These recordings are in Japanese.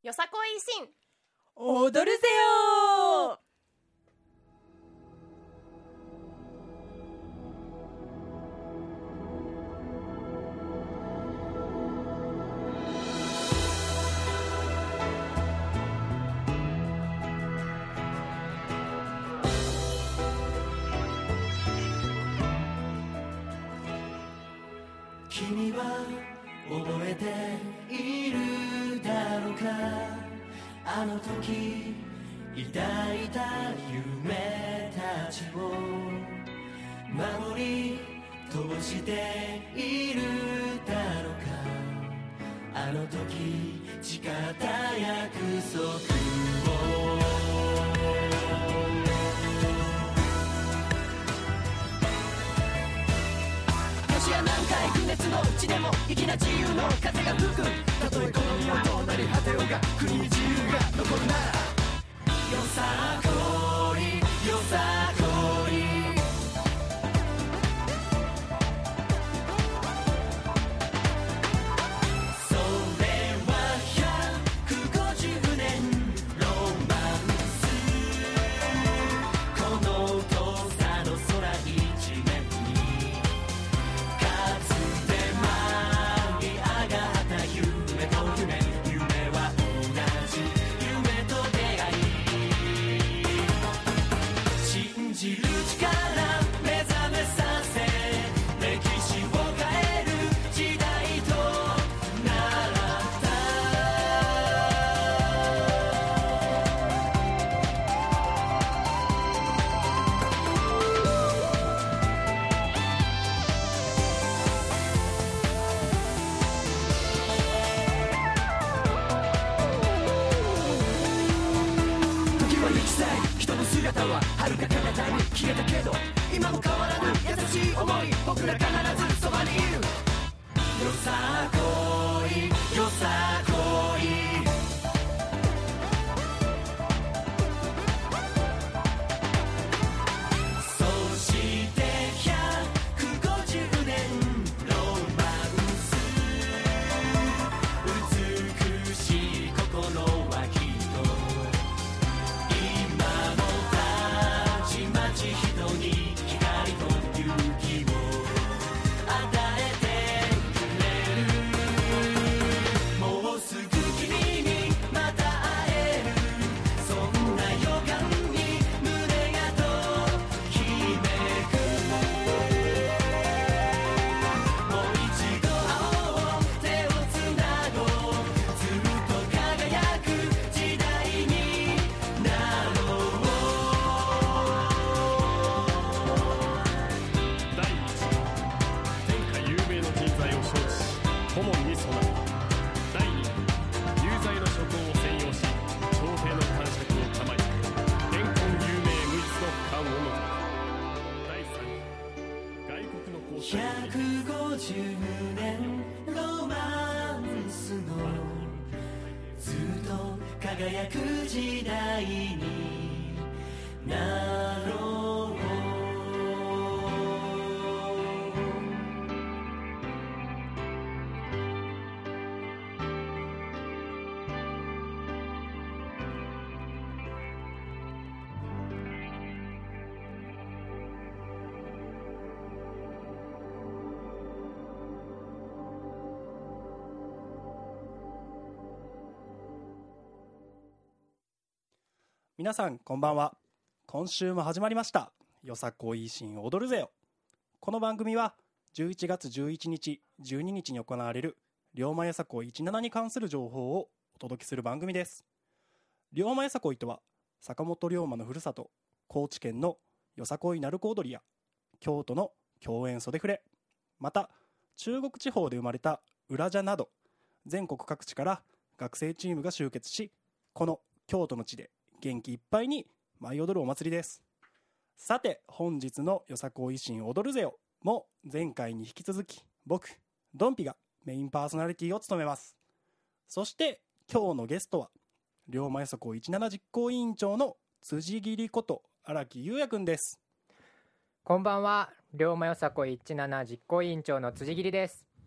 よさこいしん踊るぜよ。 君は覚えているだろうか、あの時抱いた夢たちを守り通しているだろうか、あの時誓った約束を。何回不熱の地でも粋な自由の風が吹く、たとえこの世となり果てようが国に自由が残るなら、よさこいよさこい。それは150年ロマンス、この遠さの空一面に信じる力目覚めさせ、歴史を変える時代となった時は行き去り、人の姿は遥か彼方に消えたけど、今も変わらぬ優しい思い、僕ら必ずそばにいる。よさこいよさこい。そして150年ロマンス、美しい心はきっと今もたちまち人に光と勇気を与えてくれる。もうすぐ君にまた会える、そんな予感に胸がときめく。もう一度会おう、手をつなごう、ずっと輝く時代になろう。 第一、天下有名の人材を承知、顧問に備え。第二、有罪の諸行を専用し、朝廷の感触を構え、現今有名無実の官を除く。第三、外国の交際 150年ロマンスのずっと輝く時代になろう。 皆さんこんばんは。今週も始まりましたよさこいしん踊るぜよ。この番組は11月11日12日に行われる龍馬よさこい17に関する情報をお届けする番組です。龍馬よさこいとは坂本龍馬のふるさと高知県のよさこい鳴子踊りや京都の狂演袖触、また中国地方で生まれた裏社など全国各地から学生チームが集結し、この京都の地で元気いっぱいに舞い踊るお祭りです。さて本日のよさこいしん踊るぜよも前回に引き続き僕ドンピがメインパーソナリティを務めます。そして今日のゲストは龍馬よさこい17実行委員長の辻切こと荒木優也くんです。 こんばんは、龍馬よさこい17実行委員長の辻切です。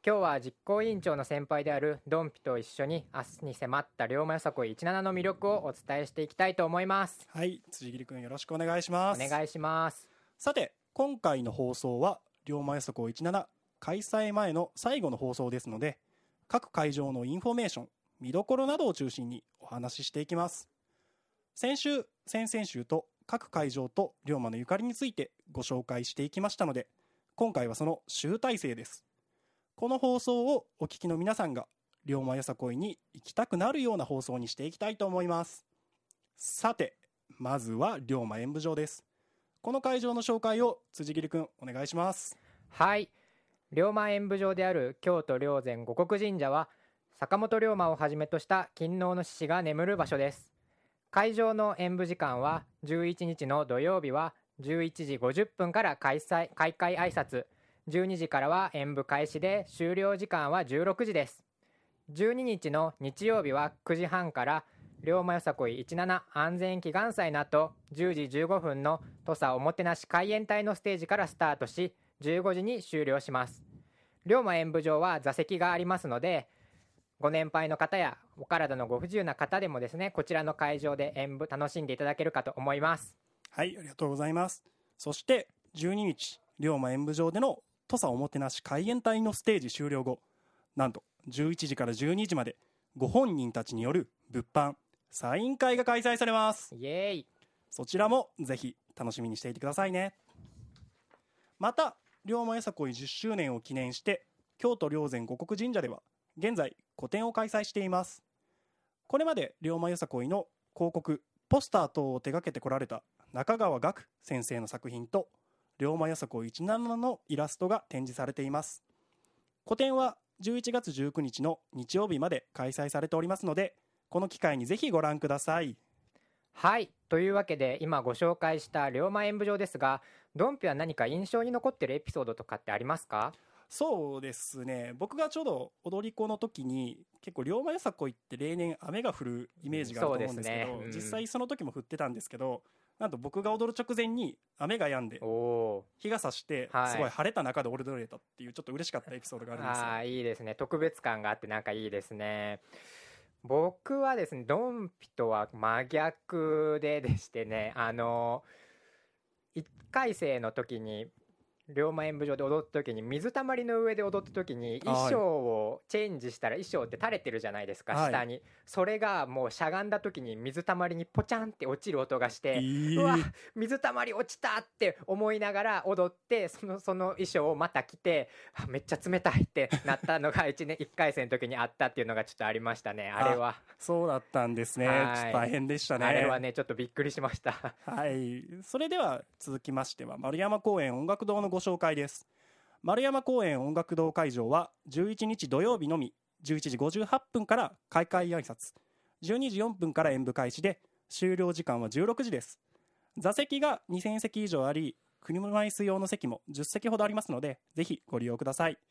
今日は実行委員長の先輩であるドンピと一緒に明日に迫った龍馬よさこい17の魅力をお伝えしていきたいと思います。 はい、辻切くんよろしくお願いします。 お願いします。 さて、今回の放送は龍馬よさこい17開催前の最後の放送ですので、各会場のインフォメーション、見どころなどを中心にお話ししていきます。先週、先々週と各会場と龍馬のゆかりについてご紹介していきましたので、今回はその集大成です。この放送をお聞きの皆さんが龍馬よさこいに行きたくなるような放送にしていきたいと思います。さて、まずは龍馬演舞場です。この会場の紹介を辻切くんお願いします。 はい、龍馬演舞場である京都霊山護国神社は坂本龍馬をはじめとした勤王の志士が眠る場所です。会場の演舞時間は11日の土曜日は11時50分から開会挨拶、12時からは演舞開始で終了時間は16時です。12日の日曜日は9時半から龍馬よさこい17安全祈願祭の後10時15分の土佐おもてなし海援隊のステージからスタートし15時に終了します。龍馬演舞場は座席がありますので、ご年配の方やお体のご不自由な方でもですね、こちらの会場で演舞楽しんでいただけるかと思います。 はい、ありがとうございます。そして12日龍馬演舞場での土佐おもてなし海援隊のステージ終了後、なんと11時から12時までご本人たちによる物販サイン会が開催されます。 イエーイ。 そちらもぜひ楽しみにしていてくださいね。また龍馬よさこい10周年を記念して京都霊山護国神社では現在個展を開催しています。これまで龍馬よさこいの広告ポスター等を手掛けてこられた中川岳先生の作品と龍馬よさこい17のイラストが展示されています。個展は11月19日の日曜日まで開催されておりますので、この機会にぜひご覧ください。 はい、というわけで今ご紹介した龍馬演舞場ですが、ドンピは何か印象に残ってるエピソードとかってありますか？ そうですね、僕がちょうど踊り子の時に結構龍馬よさこいって例年雨が降るイメージがあると思うんですけど、実際その時も降ってたんですけど、なんと僕が踊る直前に雨が止んで日が差してすごい晴れた中で踊れたっていうちょっと嬉しかったエピソードがあるんですよ。 あ、いいですね。特別感があってなんかいいですね。僕はですね、ドンピとは真逆でしてね、1回生の時に龍馬演舞場で踊った時に水たまりの上で踊った時に衣装をチェンジしたら衣装って垂れてるじゃないですか、下に。それがもうしゃがんだ時に水たまりにポチャンって落ちる音がして、うわ水たまり落ちたって思いながら踊って、その衣装をまた着てめっちゃ冷たいってなったのが1回生の時にあったっていうのがちょっとありましたね。あれはそうだったんですね。ちょっと大変でしたね。 あれはねちょっとびっくりしましたはい、それでは続きましては丸山公園音楽堂のご紹介です。丸山公園音楽堂会場は11日土曜日のみ11時58分から開会挨拶、12時4分から演舞開始で終了時間は16時です。座席が2000席以上あり、車椅子用の席も10席ほどありますのでぜひご利用ください。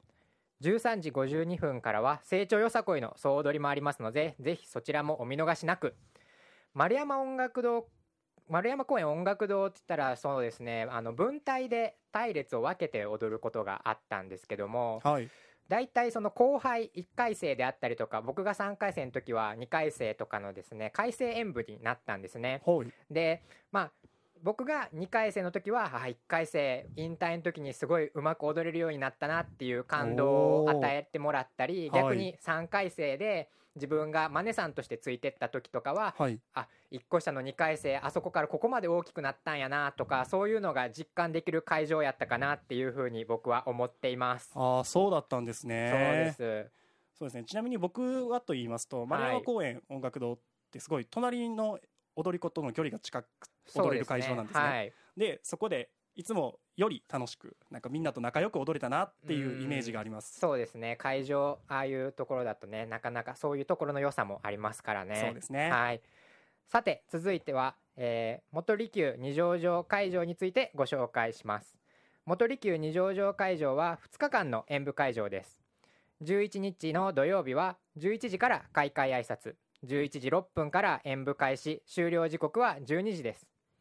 13時52分からは成長よさこいの総踊りもありますので、ぜひそちらもお見逃しなく。丸山公園音楽堂って言ったらそうですね、分隊で隊列を分けて踊ることがあったんですけども、だいたいその後輩1回生であったりとか、僕が3回生の時は2回生とかのですね改正演舞になったんですね。で僕が2回生の時は1回生引退の時にすごいうまく踊れるようになったなっていう感動を与えてもらったり、逆に3回生で自分がマネさんとしてついてった時とかは、1個下の2回生あそこからここまで大きくなったんやなとか、そういうのが実感できる会場やったかなっていうふうに僕は思っています。 そうだったんですね。 そうですね。ちなみに僕はと言いますと、丸山公園音楽堂ってすごい隣の踊り子との距離が近く踊れる会場なんですね。でそこでいつもより楽しくなんかみんなと仲良く踊れたなっていうイメージがあります。 そうですね。会場ああいうところだとね、なかなかそういうところの良さもありますからね。 そうですね。 さて続いては、元利休二条城会場についてご紹介します。元利休二条城会場は2日間の演舞会場です。11日の土曜日は11時から開会挨拶、11時6分から演舞開始、終了時刻は12時です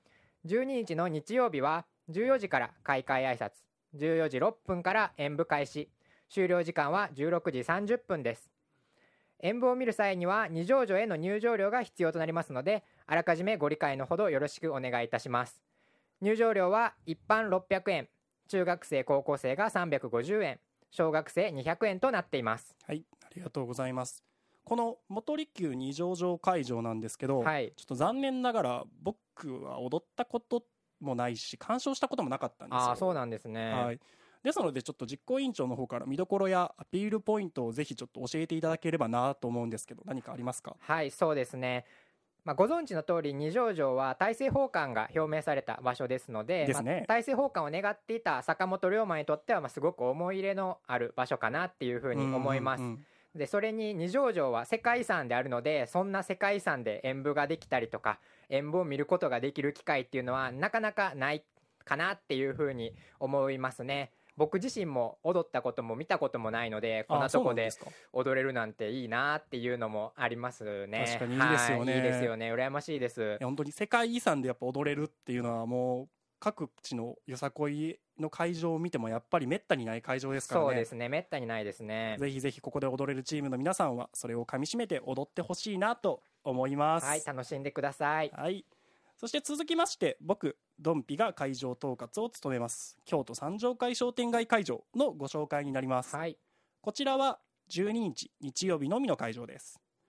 。12日の日曜日は14時から開会挨拶、14時6分から演舞開始、 終了時間は16時30分です。演舞を見る際には二条城への入場料が必要となりますので、あらかじめご理解のほどよろしくお願いいたします。入場料は一般600円、中学生高校生が350円、小学生200円となっています。 はい、ありがとうございます。この元利休二条城会場なんですけど、 はい、 ちょっと残念ながら僕は踊ったこともないし鑑賞したこともなかったんですよ。 ああ、そうなんですね。 はい、ですのでちょっと実行委員長の方から見どころやアピールポイントをぜひちょっと教えていただければなと思うんですけど、何かありますか？ はい、そうですね。ご存知の通り二条城は大政奉還が表明された場所ですので、 ですね。 大政奉還を願っていた坂本龍馬にとってはすごく思い入れのある場所かなっていうふうに思います。でそれに二条城は世界遺産であるので、そんな世界遺産で演舞ができたりとか演舞を見ることができる機会っていうのはなかなかないかなっていうふうに思いますね。僕自身も踊ったことも見たこともないので、こんなとこで踊れるなんていいなっていうのもありますね。 確かにいいですよね。 はい、いいですよね。羨ましいです。 本当に世界遺産でやっぱ踊れるっていうのはもう各地のよさこいの会場を見てもやっぱりめったにない会場ですからね。 そうですね、めったにないですね。 ぜひぜひここで踊れるチームの皆さんはそれをかみしめて踊ってほしいなと思います。 はい、楽しんでください。 はい、そして続きまして僕ドンピが会場統括を務めます京都三条会商店街会場のご紹介になります。 はい、 こちらは12日日曜日のみの会場です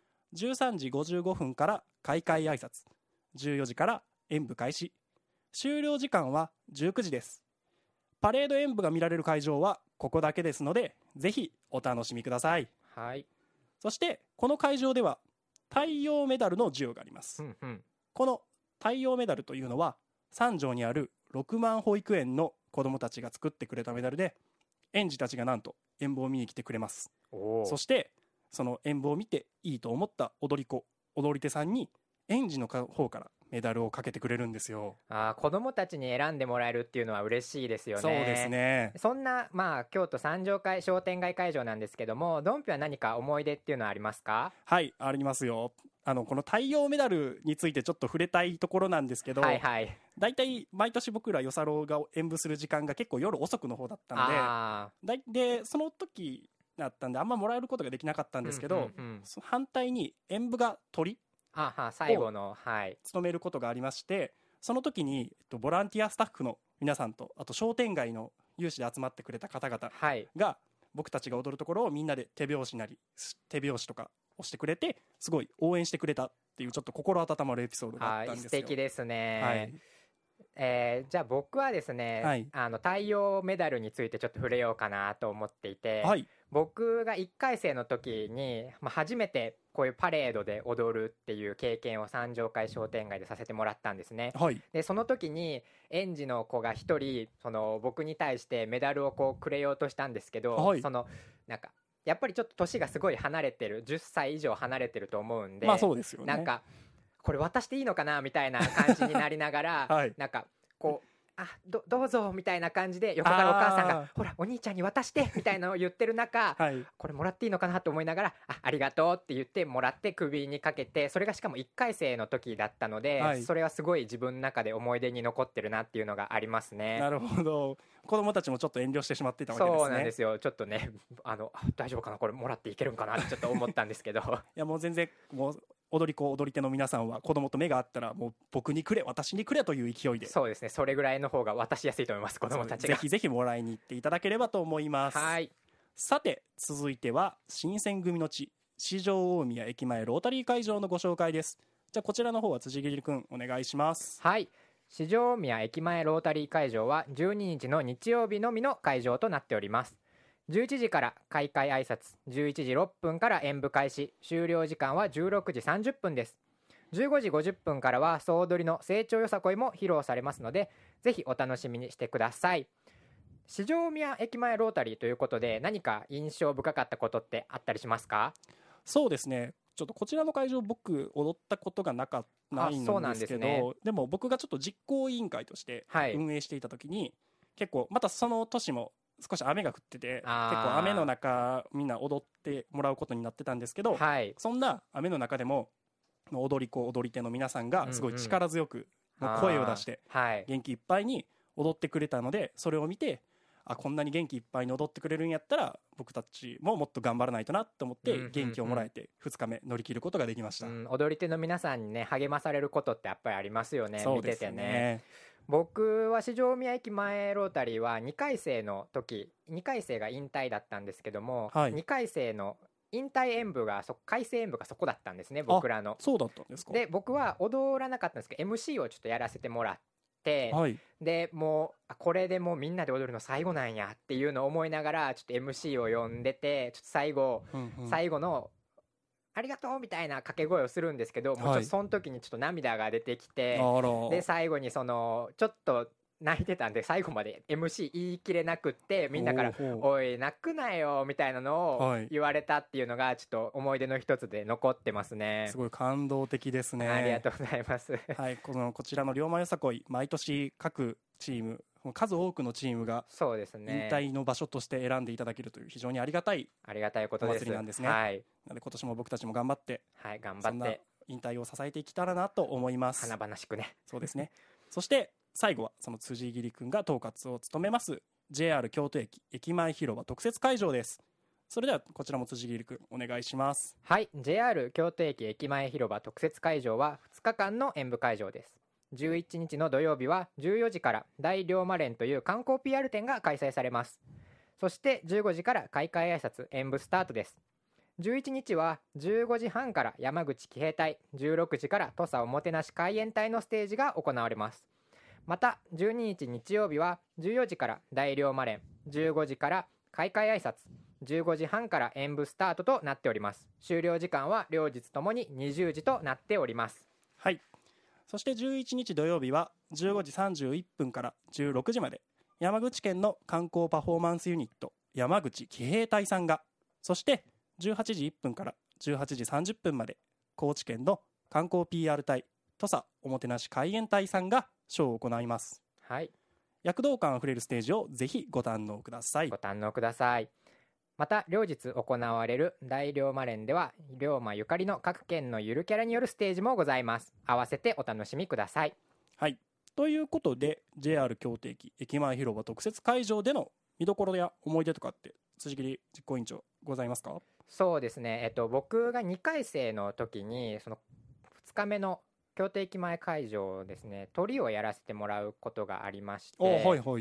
。13時55分から開会挨拶、14時から演舞開始、終了時間は19時です。パレード演舞が見られる会場はここだけですのでぜひお楽しみください。 はい、 そしてこの会場では太陽メダルの授与があります。この太陽メダルというのは三条にある6万保育園の子どもたちが作ってくれたメダルで、園児たちがなんと演舞を見に来てくれます。そしてその演舞を見ていいと思った踊り子踊り手さんに園児の方からメダルをかけてくれるんですよ。 子どもたちに選んでもらえるっていうのは嬉しいですよね。 そうですね。 そんな、京都三条会商店街会場なんですけども、ドンピは何か思い出っていうのはありますか？ はい、ありますよ。この太陽メダルについてちょっと触れたいところなんですけど、 はいはい、 だいたい毎年僕らよさろうが演舞する時間が結構夜遅くの方だったので、その時だったんであんまもらえることができなかったんですけど、反対に演舞が鳥最後の務めることがありまして、その時にボランティアスタッフの皆さんとあと商店街の有志で集まってくれた方々が僕たちが踊るところをみんなで手拍子とかをしてくれて、すごい応援してくれたっていうちょっと心温まるエピソードがあったんですよ。 素敵ですね。 はい、 じゃあ僕はですね、 はい、 太陽メダルについてちょっと触れようかなと思っていて、 はい、 僕が1回生の時に、初めてこういうパレードで踊るっていう経験を三条会商店街でさせてもらったんですね。 はい、 でその時に園児の子が一人僕に対してメダルをくれようとしたんですけど、 はい、 なんかやっぱりちょっと年がすごい離れてる、10歳以上離れてると思うんで、 そうですよね。 なんかこれ渡していいのかなみたいな感じになりながら、 はい、 なんかどうぞみたいな感じで横からお母さんがほらお兄ちゃんに渡してみたいなのを言ってる中、これもらっていいのかなと思いながらありがとうって言ってもらって首にかけて、それがしかも1回生の時だったので、それはすごい自分の中で思い出に残ってるなっていうのがありますね。 なるほど。子供たちもちょっと遠慮してしまっていたわけですね。 そうなんですよ。ちょっとね大丈夫かな、これもらっていけるんかなってちょっと思ったんですけどいやもう全然もう踊り子踊り手の皆さんは子供と目が合ったらもう僕にくれ私にくれという勢いで、 そうですね、それぐらいの方が渡しやすいと思います、子供たちが。 ぜひぜひもらいに行っていただければと思います。 はい、 さて続いては新選組の地四条大宮駅前ロータリー会場のご紹介です。じゃあこちらの方は辻桐くんお願いします。 はい、四条大宮駅前ロータリー会場は12日の日曜日のみの会場となっております。11時から開会挨拶、11時6分から演舞開始、終了時間は16時30分です。15時50分からは総踊りの成長よさこいも披露されますので、ぜひお楽しみにしてください。四条宮駅前ロータリーということで何か印象深かったことってあったりしますか？ そうですね、ちょっとこちらの会場僕踊ったことがないんですけど、でも僕がちょっと実行委員会として運営していた時に、結構またその年も少し雨が降ってて結構雨の中みんな踊ってもらうことになってたんですけど、そんな雨の中でも踊り子踊り手の皆さんがすごい力強く声を出して元気いっぱいに踊ってくれたので、それを見てこんなに元気いっぱいに踊ってくれるんやったら僕たちももっと頑張らないとなと思って元気をもらえて2日目乗り切ることができました。 踊り手の皆さんにね励まされることってやっぱりありますよね。 そうですね。 見ててね。僕は四条宮駅前ロータリーは2回生の時、2回生が引退だったんですけども、2回生の引退演舞が改正演舞がそこだったんですね、僕らの。 そうだったんですか。 で僕は踊らなかったんですけど MC をちょっとやらせてもらって、でもうこれでもうみんなで踊るの最後なんやっていうのを思いながらちょっと MC を呼んでて、ちょっと最後のありがとうみたいな掛け声をするんですけど、もうちょっとその時にちょっと涙が出てきて、で最後にちょっと泣いてたんで最後まで MC 言い切れなくって、みんなからおい泣くなよみたいなのを言われたっていうのがちょっと思い出の一つで残ってますね。 すごい感動的ですね。 ありがとうございます。 はい、こちらの龍馬よさこい、毎年各チーム数多くのチームが引退の場所として選んでいただけるという非常にありがたいことです。 お祭りなんですね。 はい、 なので今年も僕たちも頑張って、 頑張って引退を支えていけたらなと思います。 華々しくね。 そうですね。そして最後はその辻桐くんが統括を務めます JR 京都駅駅前広場特設会場です。それではこちらも辻桐くんお願いします。 はい、 JR 京都駅駅前広場特設会場は2日間の演舞会場です。11日の土曜日は14時から大龍馬連という観光 PR 展が開催されます。そして15時から開会挨拶演舞スタートです。11日は15時半から山口騎兵隊、16時から土佐おもてなし海援隊のステージが行われます。また12日日曜日は14時から大龍馬連、15時から開会挨拶、15時半から演舞スタートとなっております。終了時間は両日ともに20時となっております。 はい。そして11日土曜日は15時31分から16時まで山口県の観光パフォーマンスユニット山口騎兵隊さんが、そして18時1分から18時30分まで高知県の観光 PR 隊土佐おもてなし海援隊さんがショーを行います。 はい、 躍動感あふれるステージをぜひご堪能ください。 また両日行われる大龍馬連では龍馬ゆかりの各県のゆるキャラによるステージもございます。合わせてお楽しみください。 はい、ということで JR 京都駅駅前広場特設会場での見どころや思い出とかって辻桐実行委員長ございますか？ そうですね、僕が2回生の時にその2日目の京都駅前会場ですね、鳥をやらせてもらうことがありまして、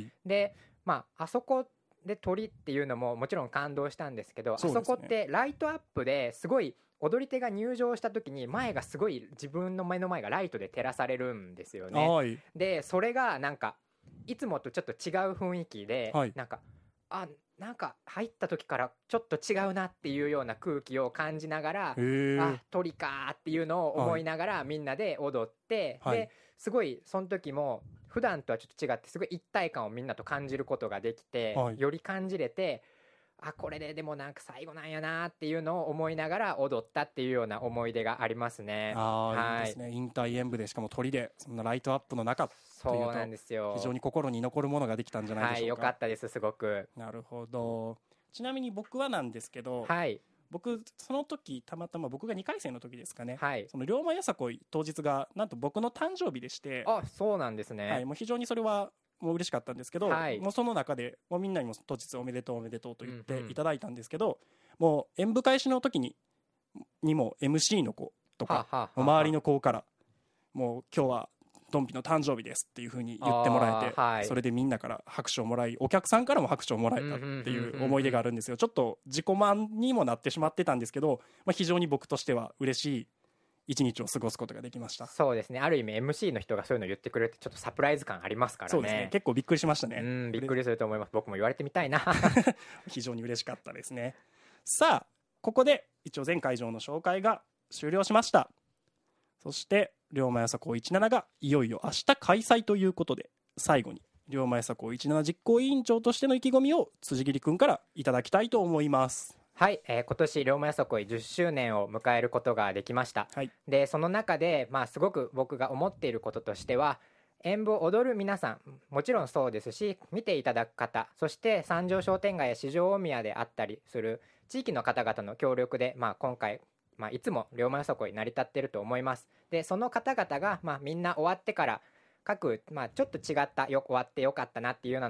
であそこで鳥っていうのももちろん感動したんですけど、あそこってライトアップですごい踊り手が入場した時に前がすごい自分の目の前がライトで照らされるんですよね。でそれがなんかいつもとちょっと違う雰囲気で、なんか入った時からちょっと違うなっていうような空気を感じながら、鳥かっていうのを思いながらみんなで踊って、ですごいその時も普段とはちょっと違ってすごい一体感をみんなと感じることができて、より感じれて、これでもなんか最後なんやなっていうのを思いながら踊ったっていうような思い出がありますね。 いいですね。引退演舞でしかも鳥でそんなライトアップの中というと、 そうなんですよ。 非常に心に残るものができたんじゃないでしょうか。 よかったです、すごく。 なるほど。ちなみに僕はなんですけど、僕その時たまたま僕が2回生の時ですかね、その龍馬よさこい当日がなんと僕の誕生日でして、 そうなんですね。 もう非常にそれはもう嬉しかったんですけど、もうその中でもうみんなにも当日おめでとうおめでとうと言っていただいたんですけど、もう演舞開始の時にも MC の子とか周りの子からもう今日はドンピの誕生日ですっていう風に言ってもらえて、それでみんなから拍手をもらい、お客さんからも拍手をもらえたっていう思い出があるんですよ。ちょっと自己満にもなってしまってたんですけど、非常に僕としては嬉しい一日を過ごすことができました。 そうですね、ある意味 MC の人がそういうのを言ってくれてちょっとサプライズ感ありますからね。 そうですね、結構びっくりしましたね。 びっくりすると思います。僕も言われてみたいな非常に嬉しかったですね。さあここで一応全会場の紹介が終了しました。そして龍馬よさこい17がいよいよ明日開催ということで、最後に龍馬よさこい17実行委員長としての意気込みを辻桐くんからいただきたいと思います。 はい、今年龍馬よさこい10周年を迎えることができました。でその中ですごく僕が思っていることとしては、演舞を踊る皆さんもちろんそうですし、見ていただく方、そして三条商店街や四条大宮であったりする地域の方々の協力で、今回いつも龍馬よさこい成り立っていると思います。でその方々がみんな終わってから各、ちょっと違った終わってよかったなっていうようなの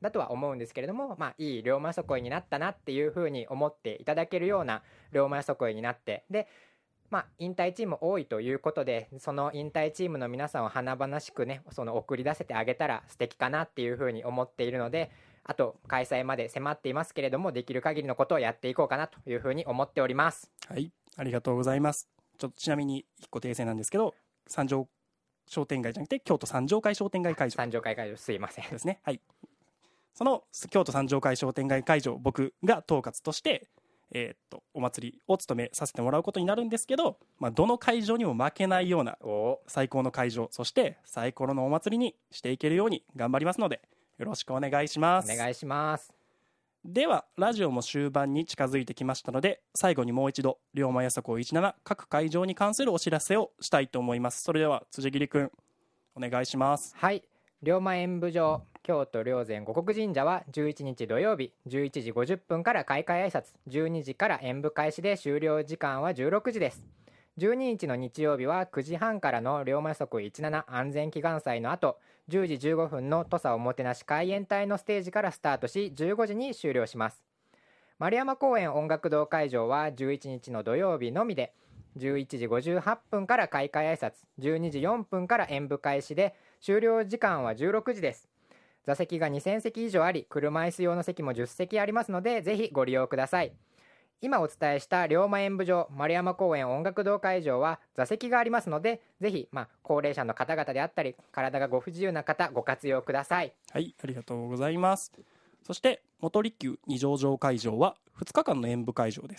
だとは思うんですけれども、いい龍馬よさこいになったなっていうふうに思っていただけるような龍馬よさこいになって、で引退チーム多いということで、その引退チームの皆さんを華々しくね送り出せてあげたら素敵かなっていうふうに思っているので、あと開催まで迫っていますけれども、できる限りのことをやっていこうかなというふうに思っております。 はい、ありがとうございます。ちなみに1個訂正なんですけど、三条商店街じゃなくて京都三条会商店街会場三条会会場、すいませんですね。はい、その京都三条会商店街会場、僕が統括としてお祭りを務めさせてもらうことになるんですけど、どの会場にも負けないような最高の会場、そして最高のお祭りにしていけるように頑張りますので、よろしくお願いします。 お願いします。 ではラジオも終盤に近づいてきましたので、最後にもう一度龍馬よさこい17各会場に関するお知らせをしたいと思います。それでは辻桐くん、お願いします。 はい、龍馬演舞場京都霊山護国神社は11日土曜日11時50分から開会挨拶、12時から演舞開始で終了時間は16時です。12日の日曜日は9時半からの龍馬よさこい17安全祈願祭の後、10時15分の土佐おもてなし海援隊のステージからスタートし、15時に終了します。丸山公園音楽堂会場は11日の土曜日のみで、11時58分から開会挨拶、12時4分から演舞開始で終了時間は16時です。座席が2000席以上あり、車椅子用の席も10席ありますので、ぜひご利用ください。今お伝えした龍馬演舞場丸山公園音楽堂会場は座席がありますので、ぜひ高齢者の方々であったり体がご不自由な方ご活用ください。 はい、ありがとうございます。そして元利休二条城会場は2日間の演舞会場です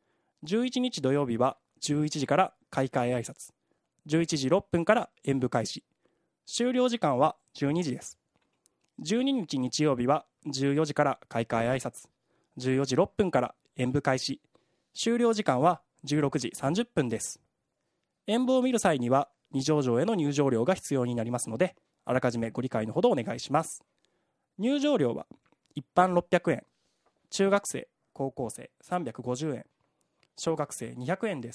。11日土曜日は11時から開会挨拶、11時6分から演舞開始、終了時間は12時です。12日日曜日は14時から開会挨拶、14時6分から演舞開始、終了時間は16時30分です。演舞を見る際には二条城への入場料が必要になりますので、あらかじめご理解のほどお願いします。入場料は一般600円、中学生高校生350円、小学生200円です。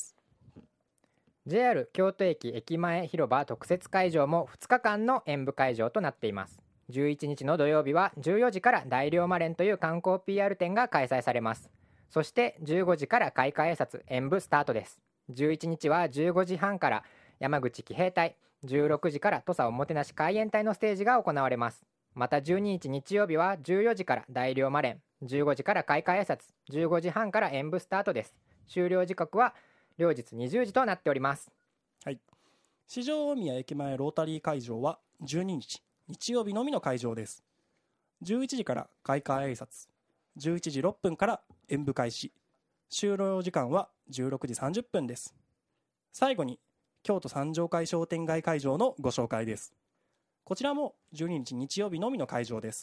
JR 京都駅駅前広場特設会場も2日間の演舞会場となっています。11日の土曜日は14時から大龍馬連という観光 PR 展が開催されます。そして15時から開会挨拶演舞スタートです。11日は15時半から山口騎兵隊、16時から土佐おもてなし海援隊のステージが行われます。また12日日曜日は14時から大龍馬連、15時から開会挨拶、15時半から演舞スタートです。終了時刻は両日20時となっております。 はい、四条大宮駅前ロータリー会場は12日日曜日のみの会場です。11時から開会挨拶、11時6分から演舞開始、終了時間は16時30分です。最後に京都三条会商店街会場のご紹介です。こちらも12日日曜日のみの会場です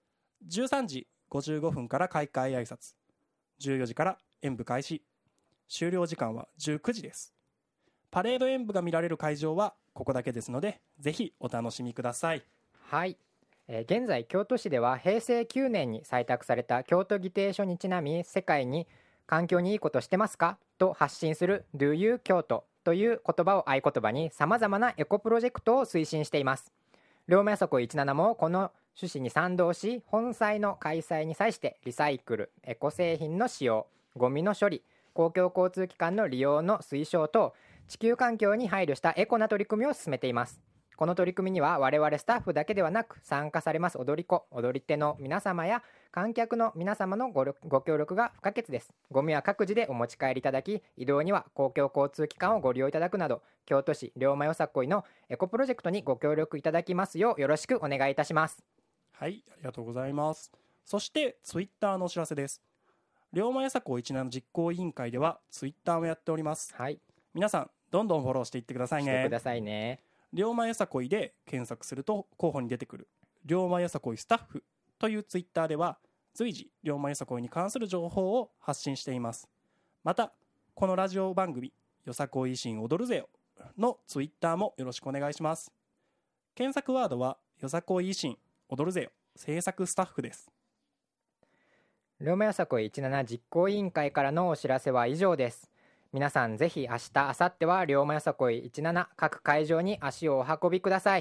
。13時55分から開会挨拶、14時から演舞開始、終了時間は19時です。パレード演舞が見られる会場はここだけですので、ぜひお楽しみください。 はい、現在京都市では平成9年に採択された京都議定書にちなみ、世界に環境にいいことしてますかと発信する Do You 京都という言葉を合言葉に様々なエコプロジェクトを推進しています。龍馬よさこい17もこの趣旨に賛同し、本祭の開催に際してリサイクル、エコ製品の使用、ゴミの処理、公共交通機関の利用の推奨と地球環境に配慮したエコな取り組みを進めています。この取り組みには我々スタッフだけではなく、参加されます踊り子、踊り手の皆様や観客の皆様のご協力が不可欠です。ゴミは各自でお持ち帰りいただき、移動には公共交通機関をご利用いただくなど、京都市龍馬よさこいのエコプロジェクトにご協力いただきますようよろしくお願いいたします。 はい、ありがとうございます。そしてツイッターのお知らせです。龍馬よさこい17実行委員会ではツイッターもやっております。 はい、 皆さんどんどんフォローしていってくださいね。 してくださいね。 龍馬よさこいで検索すると候補に出てくる龍馬よさこいスタッフというツイッターでは随時龍馬よさこいに関する情報を発信しています。またこのラジオ番組よさこい維新踊るぜよのツイッターもよろしくお願いします。検索ワードはよさこい維新踊るぜよ制作スタッフです。 龍馬よさこい17実行委員会からのお知らせは以上です。皆さんぜひ明日明後日は龍馬よさこい17各会場に足をお運びください。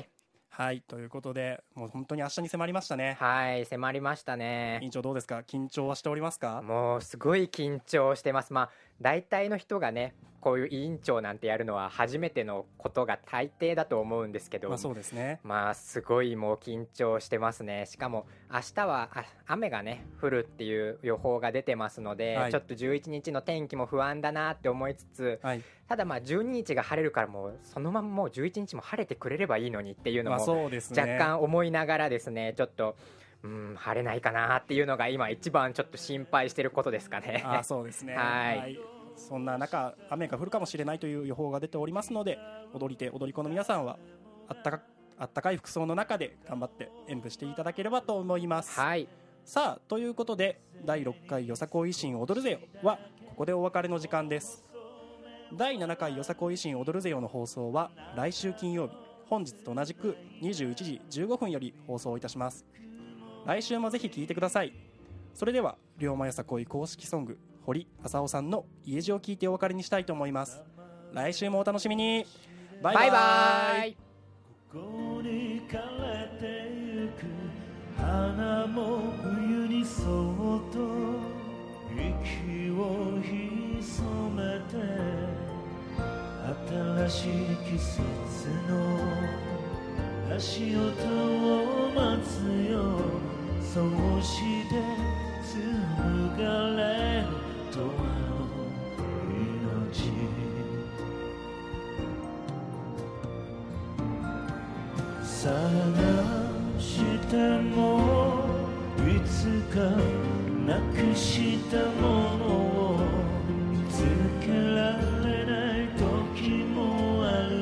はい、ということでもう本当に明日に迫りましたね。 はい、迫りましたね。 委員長どうですか、緊張はしておりますか？ もうすごい緊張してます。まあ大体の人がねこういう委員長なんてやるのは初めてのことが大抵だと思うんですけど、 そうですね。 すごいもう緊張してますね。しかも明日は雨がね降るっていう予報が出てますので、ちょっと11日の天気も不安だなって思いつつ、ただ12日が晴れるからもうそのままもう11日も晴れてくれればいいのにっていうのも若干思いながらですね、ちょっと晴れないかなっていうのが今一番ちょっと心配してることですかね。 そうですね。 はい、 そんな中雨が降るかもしれないという予報が出ておりますので、踊り手踊り子の皆さんはあったかい服装の中で頑張って演舞していただければと思います。 はい、 さあということで第6回よさこい維新踊るぜよはここでお別れの時間です。第7回よさこい維新踊るぜよの放送は来週金曜日本日と同じく21時15分より放送いたします。来週もぜひ聴いてください。それでは龍馬よさこい公式ソング堀浅尾さんの家路を聴いてお別れにしたいと思います。来週もお楽しみに。バイバイ。 バイバイ。 ここに枯れてゆく花も冬にそっと息を潜めて新しい季節の足音を待つよ。そうして紡がれる永遠の命。探してもいつかなくしたものを見つけられない時もある。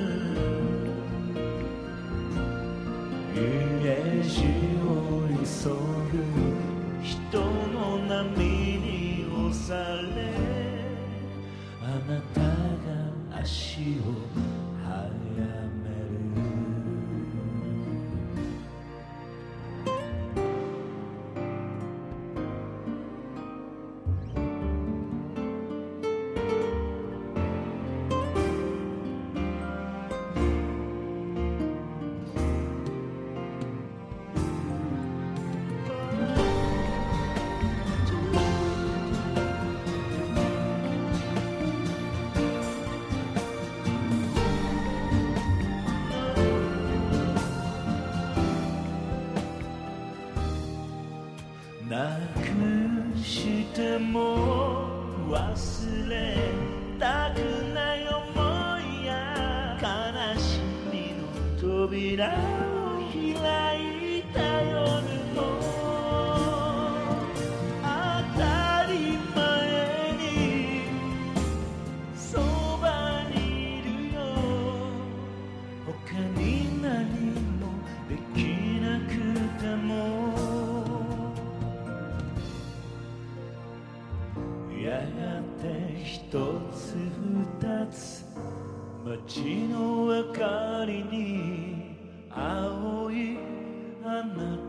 家路を急ぐ人の波に押され、あなたが足を速める。なくしても忘れたくない想いや悲しみの扉を開いた夜も当たり前にそばにいるよ。他に何もできなくてもやがて一つ二つ街の明かりに青いあなた